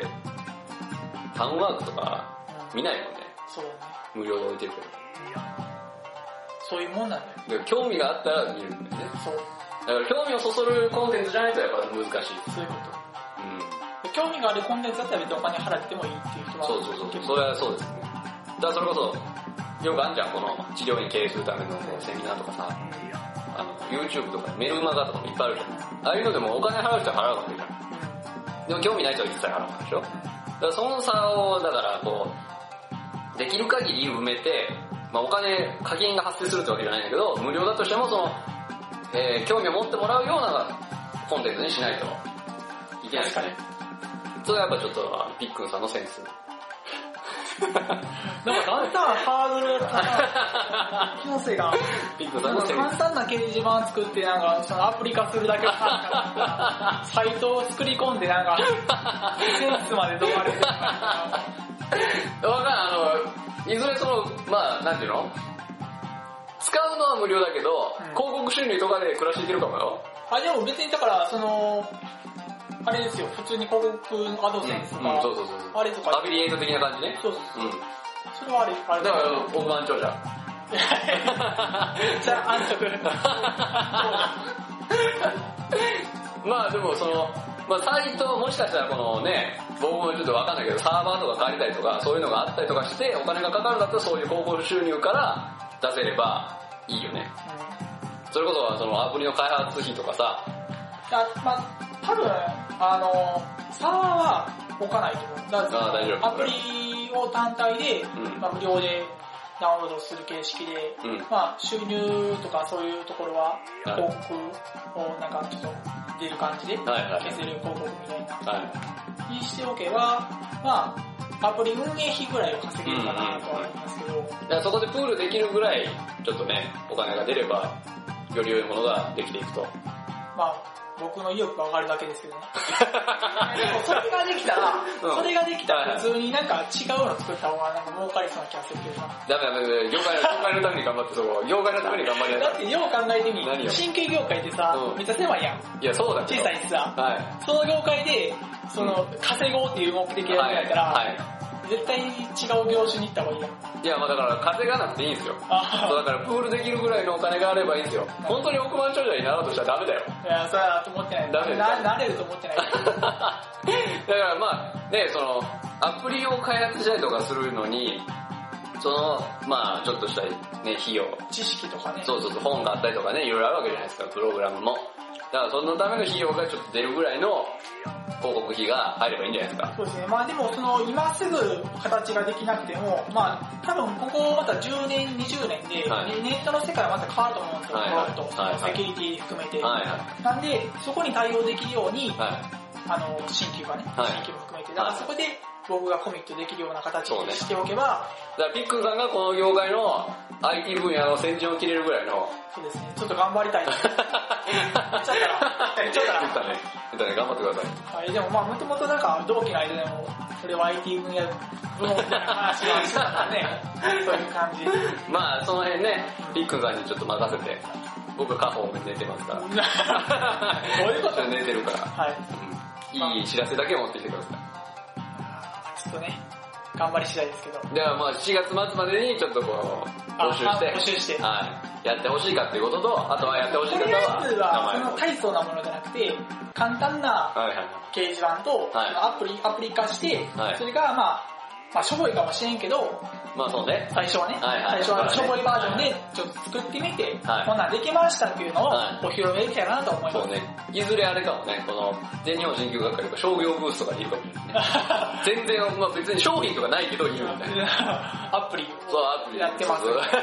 ファンワークとか見ないもんね。 そうだね。 無料で置いてるけど。 そういうもんなんだよ。 興味があったら見るんだよね。 そう。 だから興味をそそるコンテンツじゃないとやっぱ難しい。 そういうこと。うん。興味があるコンテンツだったら別にお金払ってもいいっていう人は。 そうそうそう。それはそうですね。だからそれこそ、よくあんじゃん、この治療院経営するためのセミナーとかさ、あの、YouTube とかメルマガとかもいっぱいあるじゃん。ああいうのでもお金払う人は払うわけじゃん。でも興味ない人は一切払うわけでしょ。だからその差を、だからこう、 できる限り埋めて、まあ、お金、課金が発生するってわけじゃないんだけど、無料だとしてもその、えー、興味を持ってもらうようなコンテンツにしないといけないですね。それはやっぱちょっとピックンさんのセンス。 なんかだんだんハードルが高い気のせいが、 ピックンさんのセンス。 簡単な掲示板作ってなんかそのアプリ化するだけのサイトを作り込んでなんかセンスまでどうあれてるか。 わかんない、あの、いずれその、まあ、なんていうの？使うのは無料だけど、うん、広告収入とかで暮らしていけるかもよ。 あ、でも別にだから、その、あれですよ、普通に広告のアドセンスとか、 うんうん、そうそうそう。 あれとか。 アフィリエイト的な感じね。 そうそうそう。うん、それはあれ、あれだから、億万長者。 じゃあ、安直。 まあでもその、まあサイト、もしかしたらこのね、僕もちょっとわかんないけど、サーバーとか借りたりとか、そういうのがあったりとかして、お金がかかるんだったらそういう広告収入から出せればいいよね。うん、それこそそのアプリの開発費とかさ。 あ、まあ多分、あの、サーバーは置かないと思う。だからあ大丈夫。 アプリを単体で、うん、まあ、無料でダウンロードする形式で、うん、まあ収入とかそういうところは、広告をなんかちょっと出る感じで、消せる広告みたいな、はい、にしておけば、まあ、アプリ運営費ぐらいを稼げるかなとは思いますけど、うんうんうん、 だからそこでプールできるぐらい、ちょっとね、お金が出れば、より良いものができていくと。 まあ僕の意欲が上がるだけですけどね。でもそれができたら、うん、それができたら普通になんか違うの作った方がなんか儲かりそうな気がするけどな。 ダメダメ、業界の、業界のために頑張ってそこ、業界のために頑張りなさい。 だってよう考えてみ、神経業界ってさ、うん、めっちゃ狭いやん。 いや、そうだ小さいしさ、はい、その業界で、その、稼ごうっていう目的やるんやったら、はいはい絶対に違う業種に行った方がいいやん。 いや、まあだから稼がなくていいんですよ。そうだからプールできるぐらいのお金があればいいんですよ。本当に億万長者になろうとしたらダメだよ。 いや、それはと思ってない。 ダメな、なれると思ってない。 だからまあ、ね、その、アプリを開発したりとかするのに、その、まあちょっとしたね、費用。 知識とかね。 そうそうそう、本があったりとかね、いろいろあるわけじゃないですか、プログラムも。だからそのための費用がちょっと出るぐらいの広告費が入ればいいんじゃないですか。 そうですね。まあでもその今すぐ形ができなくても、まあ多分ここまたじゅうねん、にじゅうねんで、はい、ネットの世界はまた変わると思うんですよ。はいはい、とセキュリティ含めて、はいはい。なんでそこに対応できるように、はい、あの新規がね、はい、新規も含めて、だからそこで僕がコミットできるような形にしておけば、 ね、だからピックンさんがこの業界の アイティー 分野の先陣を切れるぐらいの。 そうですね。ちょっと頑張りたい。言っちゃったら、言っちゃったら。 言ったね。言ったね。頑張ってください。はい、でもまあもともとなんか同期の間でも、それは アイティー 分野部門みたいな話はしてたからね。そういう感じ。 まあその辺ね、ピックンさんにちょっと任せて、僕は家宝寝てますから。 どういうこと？ 寝てるから。はい。うん、いい知らせだけ持ってきてください。 ちょっとね。頑張り次第ですけど。 ではまあしがつ末までにちょっとこう募集して、 募集して、 はい、やってほしいかっていうことと、あとはやってほしい方は、 とりあえずはその大層なものじゃなくて、簡単な掲示板と、はい、アプリアプリ化して、はい、それがまあまあしょぼいかもしれんけど、 まあそうね。 最初はね、はいはい、最初はしょぼいバージョンでちょっと作ってみて、はい、こんなんできましたっていうのをお披露目できたらなと思います。 そうね。いずれあれかもね、この全日本鍼灸学会とか商業ブースとかにいるかもしれないね。全然、まあ別に商品とかないけどいるみたいな。 アプリそうアプリやってます。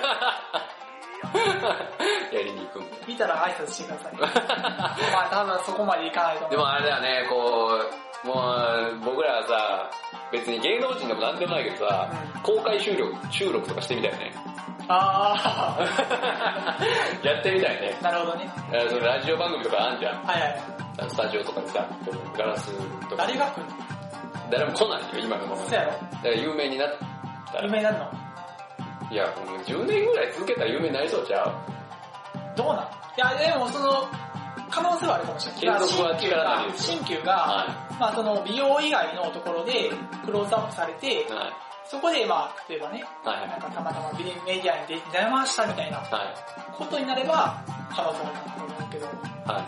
やりに行くみたいな。 見たら挨拶してください。まあ多分そこまでいかないと思う。 でもあれだよね、こう、もう僕らはさ、別に芸能人でもなんでもないけどさ、うん、公開収録、収録とかしてみたいよね。 あー。やってみたいね。 なるほどね。 そのラジオ番組とかあんじゃん。 はいはい。 スタジオとかでさ、ガラスとか。 誰が来るの？ 誰も来ないよ、今のまま。 そうやろ？だから有名になったら。 有名になるの？ いや、もうじゅうねんぐらい続けたら有名になりそうちゃう？ どうなん？いや、でもその、可能性はあるかもしれない。 継続は力ないですよ。新旧が、はい、まあその美容以外のところでクローズアップされて、はい、そこでまあ、例えばね、はい、なんかたまたまメディアに出ましたみたいなことになれば、可能性はあると思うけど、はい、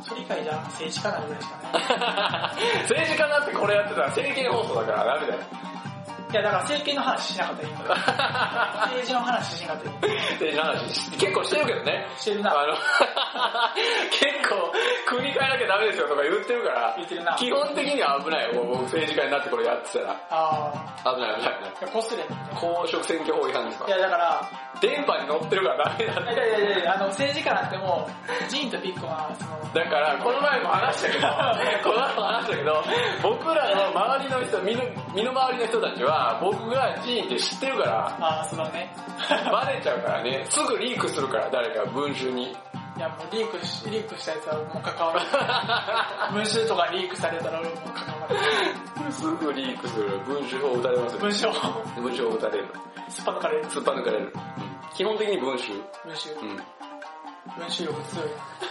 それ以外じゃ政治家なぐらいしかない。 政治家だってこれやってたら政見放送だからダメだよ。 いやだから政見の話しなかったらいいんだから政治の話しなかったらいい。 政治の話結構してるけどね。 してるな。 あの結構国変えなきゃダメですよとか言ってるから、 言ってるな。 基本的には危ないよ、僕政治家になってこれやってたら。 ああ。危ない危ない危ない。 こすれ。 公職選挙法違反ですか？ いやだから、 電波に乗ってるからダメだって。 いやいやいや、あの政治家なんてもう、ジーンとピッコは、その、 だから、この前も話したけど、この前も話したけど、僕らの周りの人、身の、身の回りの人たちは、僕がジーンって知ってるから、 ああ、そうだね。 バレちゃうからね、すぐリークするから、誰か文集に。 いやもうリークし、リークしたやつはもう関わる。文集とかリークされたら俺も関わる。 すぐリークする。文集法打たれますよ。 文章文章法打たれる。 すっぱ抜かれる。 すっぱ抜かれる。うん、基本的に文集。 文集。 うん。 文集力強い。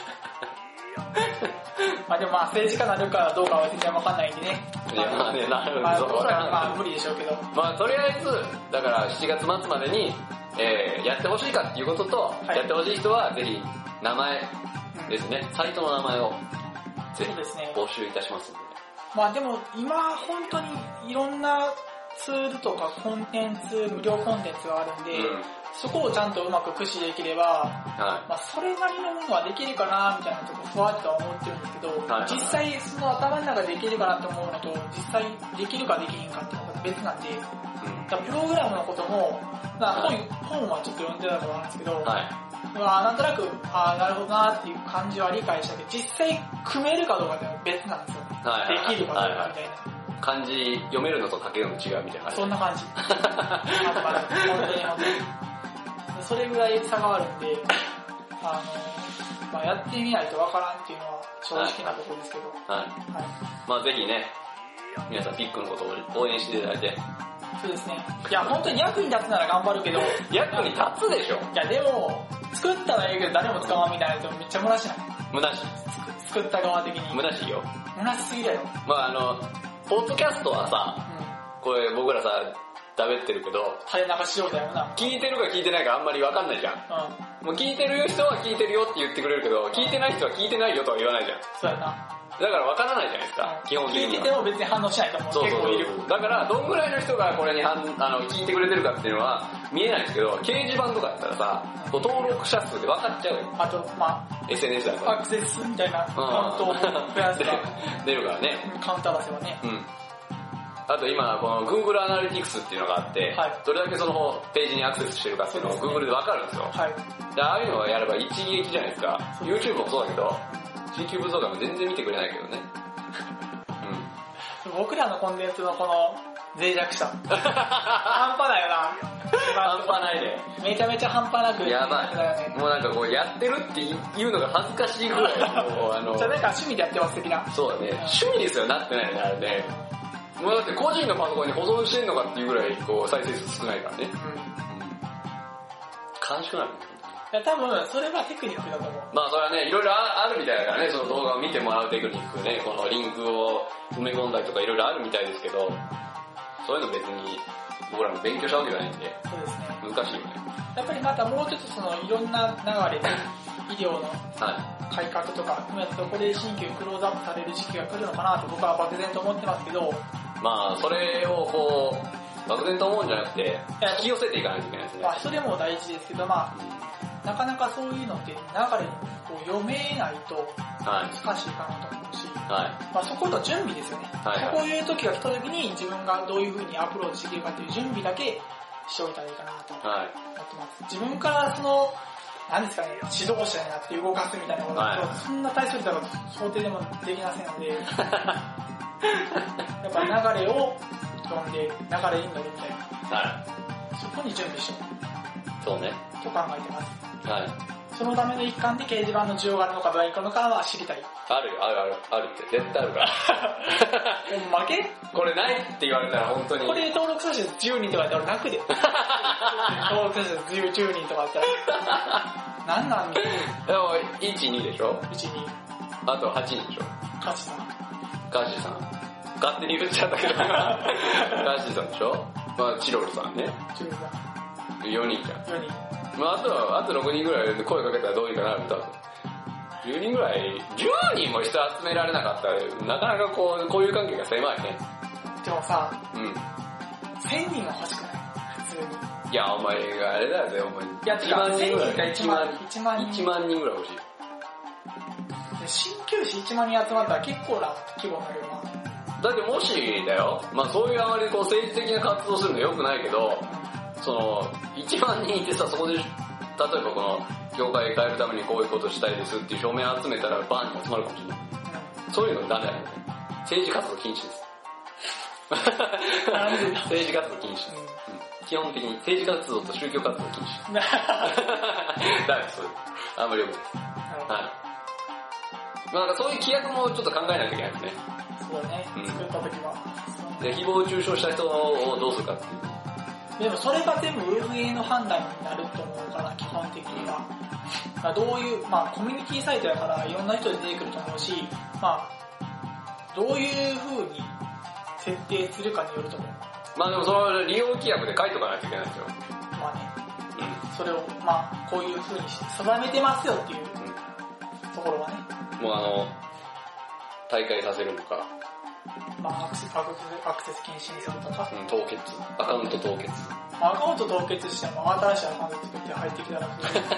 まあでもまあ政治家なるかどうかは全然わかんないんでね。 いやまあね、なるんでまあ、まあ無理でしょうけど。 まあとりあえず、だからしちがつ末までに、えー、やってほしいかっていうことと、はい、やってほしい人はぜひ名前ですね、うん、サイトの名前をぜひ募集いたしますので、ね。 まあでも今本当にいろんなツールとかコンテンツ、無料コンテンツがあるんで、うん、そこをちゃんとうまく駆使できれば、はい、まあそれなりのものはできるかなみたいなところふわっとは思ってるんですけど、はいはい、実際その頭の中でできるかなと思うのと、実際できるかできへんかっていうのが別なんで、うん、だプログラムのことも、本, 本はちょっと読んでたことなんですけど、はい、まあなんとなく、ああなるほどなっていう感じは理解したけど、実際組めるかどうかって別なんですよね。はいはいはい、できるかどうかみたいな。はいはい、 漢字読めるのと書けるの違うみたいな。 そんな感じ。本当に本当に。それぐらい差があるんで、あの、まあ、やってみないとわからんっていうのは正直なところですけど。はい。はい、 まあぜひね、皆さんピックのことを応援していただいて。 そうですね。いや、本当に役に立つなら頑張るけど。 役に立つでしょ。 いや、でも、作ったらいいけど誰も使わんみたいなやつめっちゃ虚しない。 虚しい。 作った側的に。 虚しいよ。 虚しすぎだよ。 まああの、ポッドキャストはさ、うん、これ僕らさ、喋ってるけど、 垂れ流し状態もな。 聞いてるか聞いてないかあんまり分かんないじゃん。うん。もう聞いてる人は聞いてるよって言ってくれるけど、聞いてない人は聞いてないよとは言わないじゃん。 そうやな。 だから分からないじゃないですか、うん、基本的には。 聞いてても別に反応しないと思う。 そうそうそう。 結構いる。 だからどんぐらいの人がこれにあの聞いてくれてるかっていうのは見えないんですけど、掲示板とかだったらさ、うん、登録者数で分かっちゃうよ。 あと、まあ、 エスエヌエス だから。 アクセスみたいなカウントを増やすか出るからね。 カウンター出せばね。 うん。あと今、この Google Analytics っていうのがあって、はい、どれだけそのページにアクセスしてるかっていうのを Google で分かるんですよ。はい、でああいうのをやれば一撃じゃないですか。YouTube もそうだけど、YouTube 動画も全然見てくれないけどね。 うん、僕らのコンテンツのこの脆弱さ。半端ないよな。 半端ないで。 めちゃめちゃ半端なく。 やばい。ね、もうなんかこうやってるっていうのが恥ずかしいぐらい。もうあのじゃあなんか趣味でやってます的な。 そうだね。趣味ですよ、なってないね、あれね。もうだって個人のパソコンに保存してんのかっていうぐらいこう再生数少ないからね。うん。うん、悲しくなる。 いや多分それはテクニックだと思う。 まあそれはね、いろいろあるみたいだからね、その動画を見てもらうテクニックね、このリンクを埋め込んだりとかいろいろあるみたいですけど、そういうの別に僕らも勉強したわけじゃないんで、そうですね。難しいよね。 やっぱりまたもうちょっとそのいろんな流れで医療の改革とか、はい、そこで新旧クローズアップされる時期が来るのかなと僕は漠然と思ってますけど、 まあそれをこう漠然と思うんじゃなくて引き寄せていかないといけないですね。 まあそれも大事ですけど、まあ、うん、なかなかそういうのって流れを読めないと難しいかなと思うし、はい、まあそこと準備ですよね。はいはい、そういう時が来た時に自分がどういう風にアプローチできるかっていう準備だけしておいたらいいかなと思ってます。はい、自分からその何ですかね、指導者になって動かすみたいなこと、はい、そんな大それたこと想定でもできませんので、やっぱ流れを読んで、流れに乗るみたいな。はい。そこに準備しよう。 そうね。 と考えてます。 はい。 そのための一環で掲示板の需要があるのかどうかのかは知りたい。 あるよ、あるある、あるって絶対あるから。 負けこれないって言われたら本当に。 これ登録者数じゅうにんとかやったら泣くで。登録者数じゅうにんとかやったら。なんなんみたいな。 でも、いち、にでしょ ? いち、に。 あとはちにんでしょカジさん。 カジさん。勝手に言っちゃったけど。カジさんでしょまあ、チロルさんね。 チロルさん。 よにんじゃん。 よにん。 まあ、あとは、あとろくにんぐらいで声かけたらどうにかなる多分。じゅうにんぐらい、じゅうにんも人集められなかったら、なかなかこう、交友関係が狭いね。 でもさ、うん。せんにんは欲しくない普通に。 いや、お前があれだよ、お前。 いや、いちまんにんぐらい。いちまんにん。 いちまんにんぐらい欲しい。 鍼灸師いちまんにん集まったら結構な規模になるよな。 だってもしだよ、まあそういうあまりこう政治的な活動するの良くないけど、そのいちまんにんいてさ、そこで例えばこの業界変えるためにこういうことしたいですっていう署名集めたらバーンに集まるかもしれない。うん、そういうのダメだよね。政治活動禁止です。政治活動禁止です。うん、基本的に政治活動と宗教活動禁止。ダメです。あんまり良くないです。はい。まあなんかそういう規約もちょっと考えないといけないですね。 そうだね。うん、作った時は。 で、誹謗中傷した人をどうするかっていう。 でもそれが全部運営の判断になると思うから、基本的には。まあ、どういう、まあコミュニティサイトやからいろんな人出てくると思うし、まあ、どういう風に設定するかによると思う。 まあでもその利用規約で書いとかないといけないですよ。 まあね。うん。それを、まあ、こういう風に定めてますよっていう、うん、ところはね。 もうあの、大会させるのか。 まあ、アクセス、アクセス禁止にするとか。 うん、凍結。アカウント凍結。 アカウント凍結しても新しいアカウント作って入ってきたら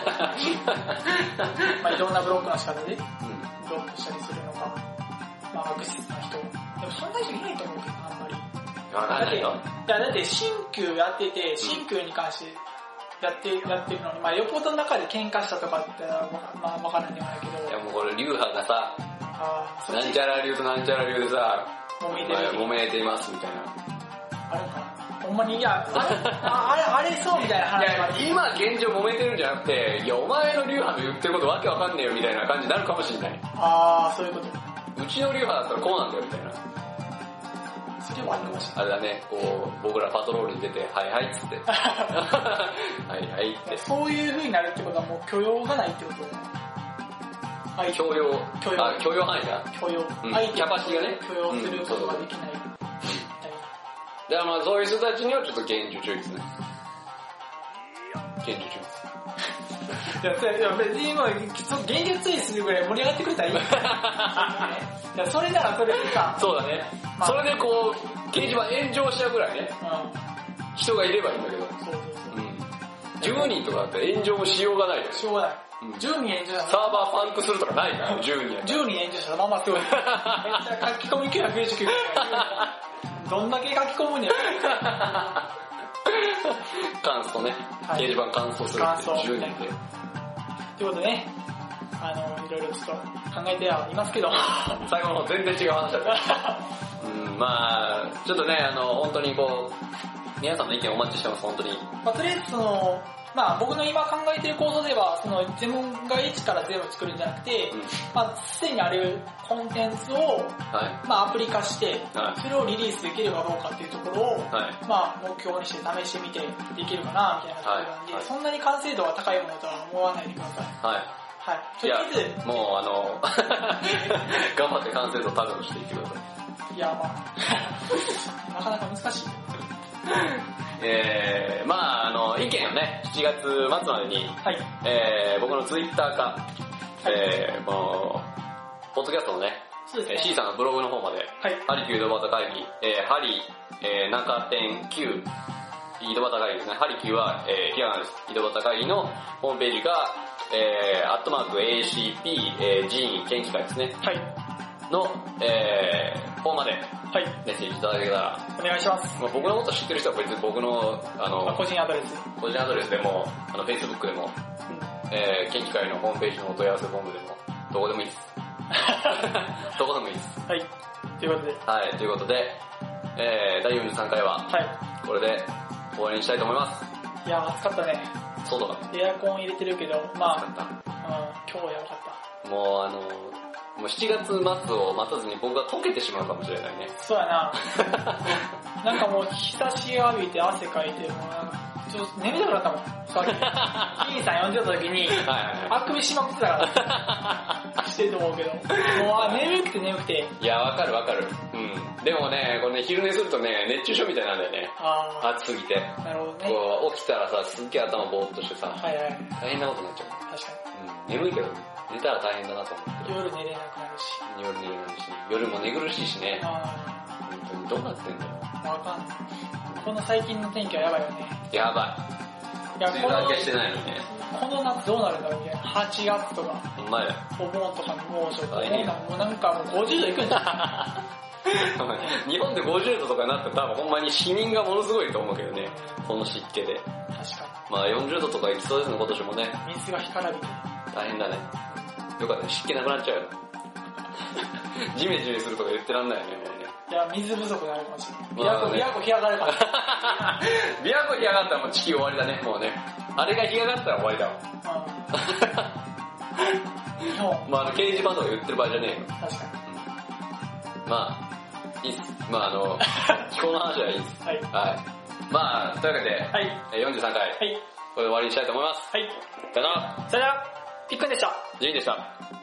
まあいろんなブロックの仕方で、ブロックしたりするのか。まあアクセスな人。でもそんな人いないと思うけど、あんまり。 わかんないよ。 いや、だって鍼灸やってて、鍼灸に関してやって、やってるのに、まあよっぽどの中で喧嘩したとかってまあわからんでもないけど。 いやもうこれ流派がさ、なんちゃら流となんちゃら流でさ、揉めてる。揉めていますみたいな。 あれかな。ほんまに、いや、あれ、あれ、あれそうみたいな話。 いや、今現状揉めてるんじゃなくて、いや、お前の流派の言ってることわけわかんねえよみたいな感じになるかもしれない。 あー、そういうこと。 うちの流派だったらこうなんだよみたいな。 それはあるかもしれない。 あれだね、こう、僕らパトロールに出て、はいはいっつって。はいはいって。 そういう風になるってことはもう許容がないってことだね。 はい、許容。 許容。 あ、許容範囲だ。 許容。 うん、キャパシティがね。 許容することができない。うんだからまあそういう人たちにはちょっと厳重注意ですね。厳重注意です。 いや、それ、いや別に今、厳重注意するぐらい盛り上がってくれたらいい。いや、それならそれでさ。 そうだね。まあ、それでこう、掲示板炎上しちゃうぐらいね。うん、人がいればいいんだけど。そうそうそう。うん、じゅうにんとかだって炎上もしようがないよ。 しようがない。うん、じゅうにん炎上したサーバーパンクするとかないから、じゅうにん。 じゅうにん炎上したらまあまあすごい。めっちゃ書き込みきゅうひゃくきゅうじゅうきゅうどんだけ書き込むんや感想ね、はい、掲示板感想するってじゅうにんで。 ということでね、あの、いろいろちょっと考えてはいますけど。 最後の方全然違う話だった。うん、まあちょっとね、あの、本当にこう、皆さんの意見お待ちしてます、本当に。 まあ、とりあえずその、まあ僕の今考えている構想では、その自分が一からゼロ作るんじゃなくて、うん、まあすでにあるコンテンツを、はい、まあアプリ化して、はい、それをリリースできるかどうかっていうところを、はい、まあ目標にして試してみてできるかな、みたいなところなんで、はい、そんなに完成度が高いものとは思わないでください。はい。はい。とりあえず、 もうあの、頑張って完成度高くしていってください。いや、まあ、なかなか難しい。 えー、まああの意見をねしちがつ末までに、はい、えー、僕のツイッターか、はい、えー、このポッドキャストのね、そうですね、C さんのブログの方まで、はい、ハリキュー井戸端会議、えー、ハリ、えー、中点きゅう井戸端会議ですね。ハリキューは、えー、ひらがなです。井戸端会議のホームページか、えー、アットマーク エーシーピー、えー、人員研究会ですね。はい。の、えー、方まで、はい。メッセージいただけたら。 お願いします。 まあ、僕のこと知ってる人は別に僕の、あの、 個人アドレス。 個人アドレスでも、あの、Facebook でも、うん、えー、研究会のホームページのお問い合わせフォームでも、どこでもいいです。どこでもいいです。 はい。ということで。 はい、ということで、えー、だいよんじゅうさんかいは、はい。これで終わりにしたいと思います。 いやー、暑かったね。 そうだか。 エアコン入れてるけど、まあ、暑かった。うん、今日はやばかった。 もうあのもうしちがつ末を待たずに僕が溶けてしまうかもしれないね。 そうやな。なんかもう日差し浴びて汗かいて、もうなんか、ちょっと眠たくなったもん。さっき、キーさん呼んでた時に、あくびしまくってたから、してると思うけど。もうあ眠くて眠くて。 いや、わかるわかる。うん。でもね、これね、昼寝するとね、熱中症みたいなんだよね。あ暑すぎて。 なるほどね。 こう、起きたらさ、すっげえ頭ボーっとしてさ、はいはい、大変なことになっちゃう。 確かに。うん。眠いけど、寝たら大変だなと思って。 夜寝れなくなるし。 夜寝れないし、夜も寝苦しいしね。あ本当にどうなってんだよ。 わかんない。この最近の天気はやばいよね。 やばい。 梅雨明けしてないのにね。 この夏どうなるんだろうね。はちがつとか。 ほんまや。 お盆とかの猛暑とか。もうなんかもうごじゅうどいくんじゃない日本でごじゅうどとかになったら多分ほんまに死人がものすごいと思うけどね。この湿気で。 確かに。まあよんじゅうどとかいきそうですね、今年もね。 水が干からびて。 大変だね。よかったね、湿気なくなっちゃうよ。ジメジメするとか言ってらんないよね、もうね。 いや、水不足になるかもしれない。琵琶湖干上がるから。 琵琶湖干上がったらもう地球終わりだね、もうね。あれが干上がったら終わりだわ。うん。まああの、掲示板とか言ってる場合じゃねえよ。 確かに。 うん、まあ、いいっす。まああの、気候の話はいいっす。 はい。 はい。まあ、というわけで、 はい、 よんじゅうさんかい、はい、これで終わりにしたいと思います。 はい。 さよなら。 さよなら。ピックンでした。 ジュンでした。